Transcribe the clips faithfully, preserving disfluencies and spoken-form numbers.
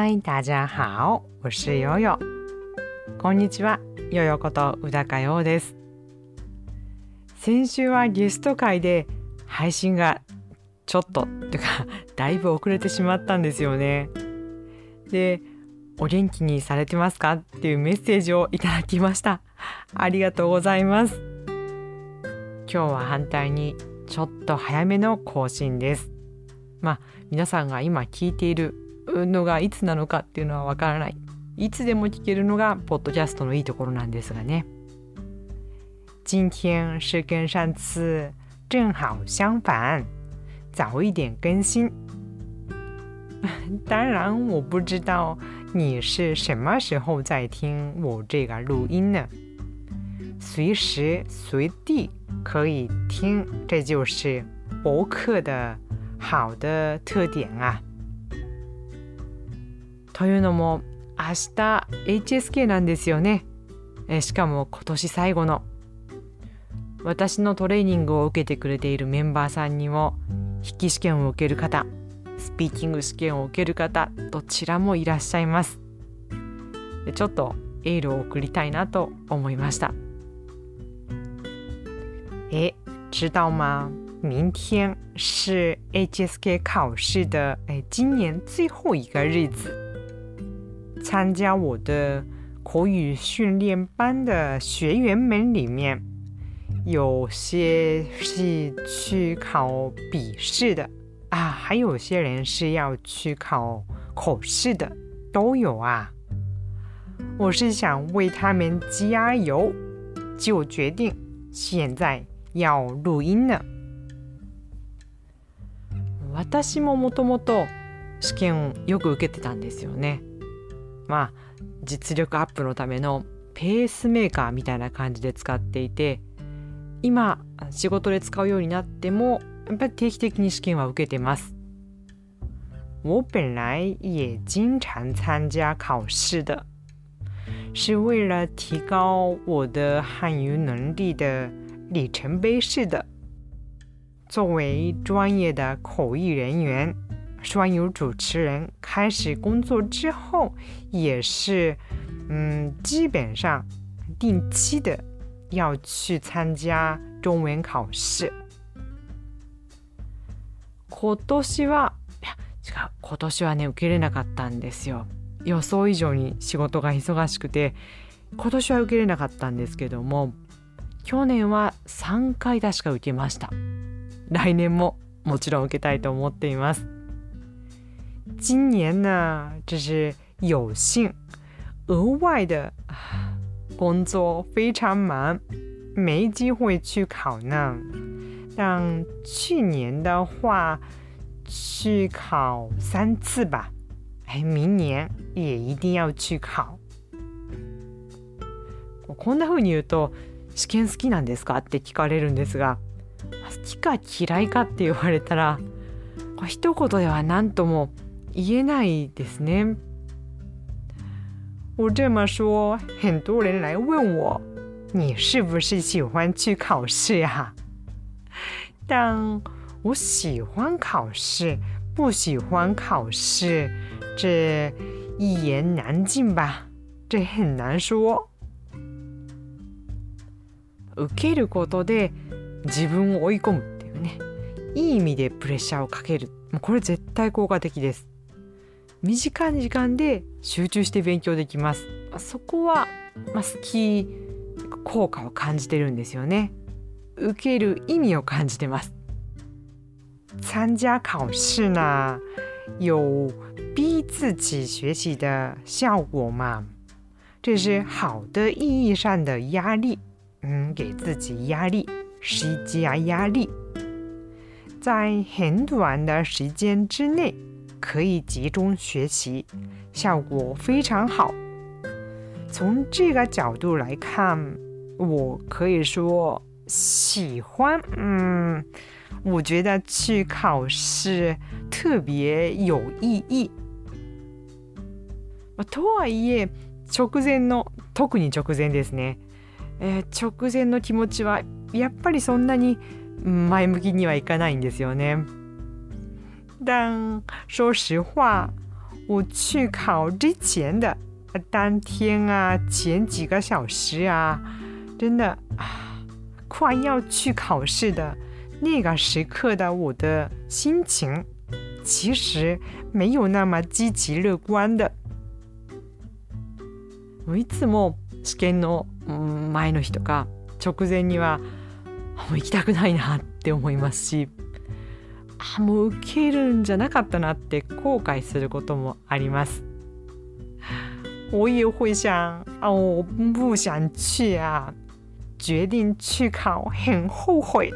嗨，大家好，我是ヨヨ。こんにちは、ヨヨこと宇高陽です。先週はゲスト会で配信がちょっとというかだいぶ遅れてしまったんですよね。で、お元気にされてますかっていうメッセージをいただきました。ありがとうございます。今日は反対にちょっと早めの更新です。まあ皆さんが今聞いているのがいつなのかっていうのはわからない。いつでも聞けるのがポッドキャストのいいところなんですがね。今天是跟上次正好相反，早一点更新。当然我不知道你是什么时候在听我这个录音呢？随时随地可以听，这就是播客的好的特点啊。というのも明日 エイチエスケー なんですよね。えしかも今年最後の。私のトレーニングを受けてくれているメンバーさんにも筆記試験を受ける方、スピーキング試験を受ける方、どちらもいらっしゃいます。でちょっとエールを送りたいなと思いました。え、知道吗？明天是 エイチエスケー 考试的哎，今年最后一个日子。参加我的口语训练班的学员们里面，有些是去考笔试的啊，还有些人是要去考口试的，都有啊。我是想为他们加油，就决定现在要录音呢。私ももともと試験をよく受けてたんですよね。まあ実力アップのためのペースメーカーみたいな感じで使っていて、今仕事で使うようになってもやっぱり定期的に試験は受けてます。我本来也经常参加考试的，是为了提高我的汉语能力的里程碑式的。作为专业的口译人员、双语主持人，开始工作之后，也是嗯，基本上定期的要去参加中文考試。今年はいや違う今年はね受けれなかったんですよ。予想以上に仕事が忙しくて今年は受けれなかったんですけども、去年はさんかい確か受けました。来年ももちろん受けたいと思っています。今年呢，这是有幸额外的工作非常忙，没机会去考呢。但去年的话去考三次吧，哎，明年也一定要去考。こんな風に言うと試験好きなんですかって聞かれるんですが、好きか嫌いかって言われたら一言では何とも言えないですね。我这么说，很多人来问我，你是不是喜欢去考试呀？但我喜欢考试，不喜欢考试，这一言难尽吧，这很难说。受けることで自分を追い込むっていうね、いい意味でプレッシャーをかける、これ絶対効果的です。短い時間で集中して勉強できます。そこは、まあ、好き効果を感じてるんですよね。受ける意味を感じてます。参加考試呢，有逼自己学习的效果嘛？这是好的意义上的压力，嗯，给自己压力，施加压力，在很短的时间之内可以集中学习，效果非常好。从这个角度来看，我可以说喜欢，嗯，我觉得去考试特别有意义。とはいえ直前の特に直前ですね、えー、直前の気持ちはやっぱりそんなに前向きにはいかないんですよね。但说实话， 我去考之前的当天啊，前几个小时啊，真的啊，快要去考试的那个时刻的我的心情，其实没有那么积极乐观的。いつも試験の前の日とか直前にはもう行きたくないなって思いますし、あもう受けるんじゃなかったなって後悔することもあります。我也会想啊，我不想去啊，决定去考很后悔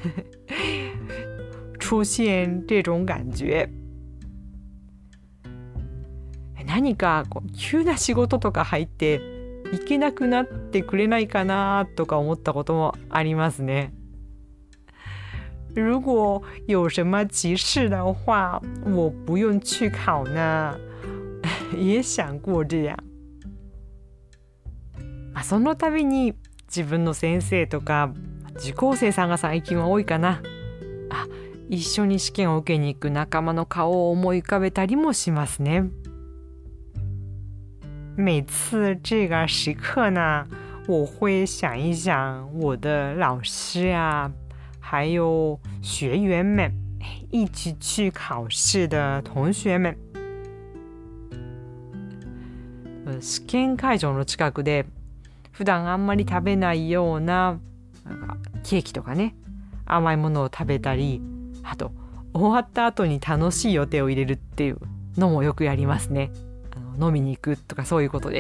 出現这種感覺。何かこう急な仕事とか入って行けなくなってくれないかなとか思ったこともありますね。如果有什么急事的话，我不用去考呢。也想過这样。まあ、その度に自分の先生とか受講生さんが最近は多いかな。あ、一緒に試験を受けに行く仲間の顔を思い浮かべたりもしますね。每次这个时刻呢，我会想一想我的老师啊，还有学员们，一起去考试的同学们。試験会場の近くで普段あんまり食べないような、なんかケーキとかね、甘いものを食べたり、あと終わった後に楽しい予定を入れるっていうのもよくやりますね。あの飲みに行くとかそういうことです。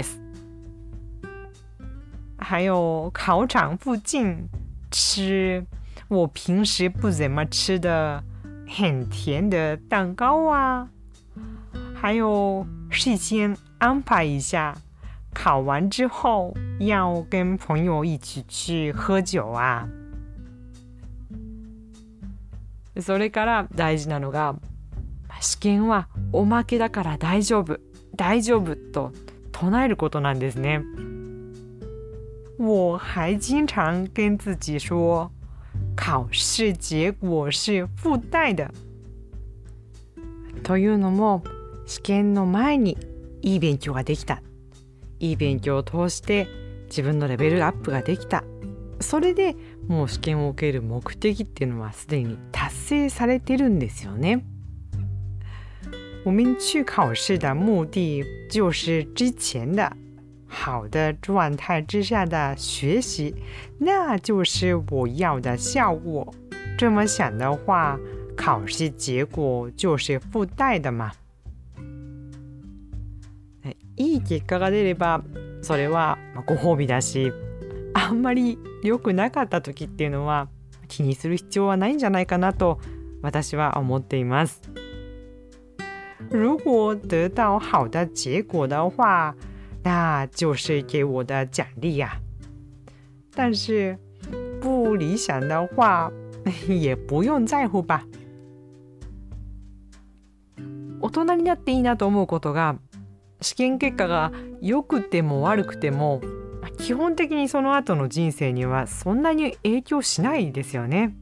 还有考场附近吃我平时不怎么吃的很甜的蛋糕啊，还有事先安排一下考完之后要跟朋友一起去喝酒啊。それから大事なのが、試験はおまけだから大丈夫大丈夫と唱えることなんですね。我还经常跟自己说，考试结果是附带的。というのも、試験の前にいい勉強ができた、いい勉強を通して自分のレベルアップができた、それでもう試験を受ける目的っていうのはすでに達成されてるんですよね。我们去考试的目的就是之前的好的状态之下的学习，那就是我要的效果。这么想的话，考试结果就是附带的嘛。いい結果が出ればそれはご褒美だし、あんまり良くなかった時っていうのは気にする必要はないんじゃないかなと私は思っています。如果得到好的结果的话，那就是给我的奖励呀。但是不理想的话也不用在乎吧。大人になっていいなと思うことが、試験結果が良くても悪くても基本的にその後の人生にはそんなに影響しないですよね。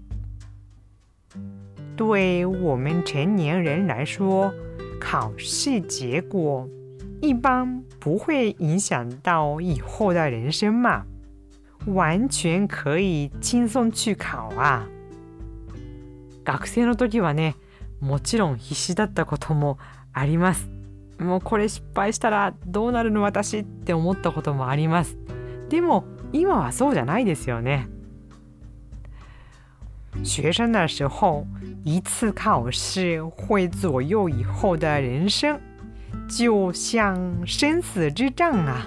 对我们成年人来说，考试结果一般不会影响到以后的人生嘛，完全可以轻松去考啊。学生の時はね、もちろん必死だったこともあります。もうこれ失敗したらどうなるの私って思ったこともあります。でも今はそうじゃないですよね。学生的时候，一次考试会左右以后的人生，就像生死之战啊。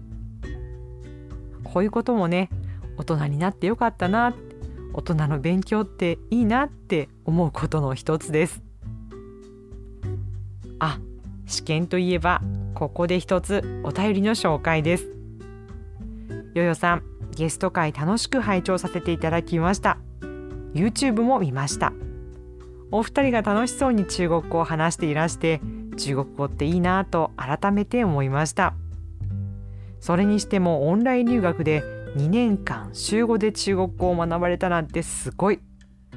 こういうこともね、大人になってよかったな、大人の勉強っていいなって思うことの一つです。あ、試験といえばここで一つお便りの紹介です。よよさん、ゲスト会楽しく拝聴させていただきました。 YouTube も見ました。お二人が楽しそうに中国語を話していらして、中国語っていいなと改めて思いました。それにしてもオンライン留学でにねんかん週ごで中国語を学ばれたなんてすごい。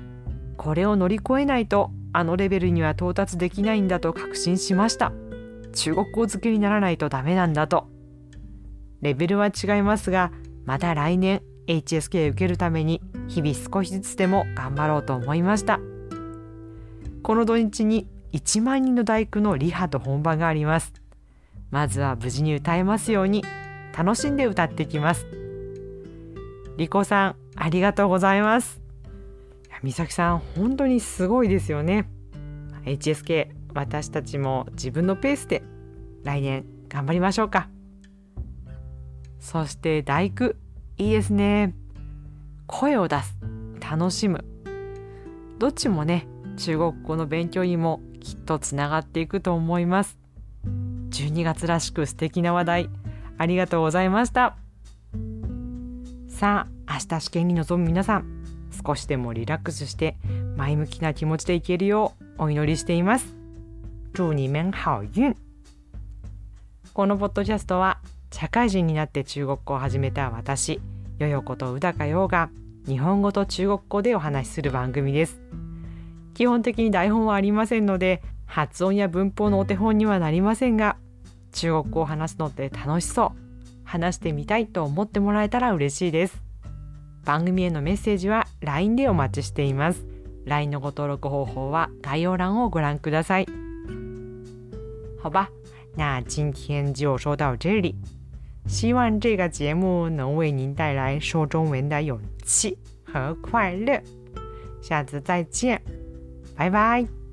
これを乗り越えないとあのレベルには到達できないんだと確信しました。 中国語漬けにならないとダメなんだと。レベルは違いますが、また来年 エイチエスケー 受けるために日々少しずつでも頑張ろうと思いました。この土日にいちまんにんの第九のリハと本番があります。まずは無事に歌えますように楽しんで歌っていきます。リコさんありがとうございます。美咲さん本当にすごいですよね。 エイチエスケー 私たちも自分のペースで来年頑張りましょうか。そして第九いいですね。声を出す、楽しむ、どっちもね中国語の勉強にもきっとつながっていくと思います。じゅうにがつらしく素敵な話題ありがとうございました。さあ明日試験に臨む皆さん、少しでもリラックスして前向きな気持ちでいけるようお祈りしています。祝你们好運。このポッドキャストは社会人になって中国語を始めた私よよこと宇高陽が日本語と中国語でお話しする番組です。基本的に台本はありませんので発音や文法のお手本にはなりませんが、中国語を話すのって楽しそう、話してみたいと思ってもらえたら嬉しいです。番組へのメッセージは ライン でお待ちしています。 ライン のご登録方法は概要欄をご覧ください。好吧，那今天就说到这里，希望这个节目能为您带来说中文的勇气和快乐。下次再见，拜拜。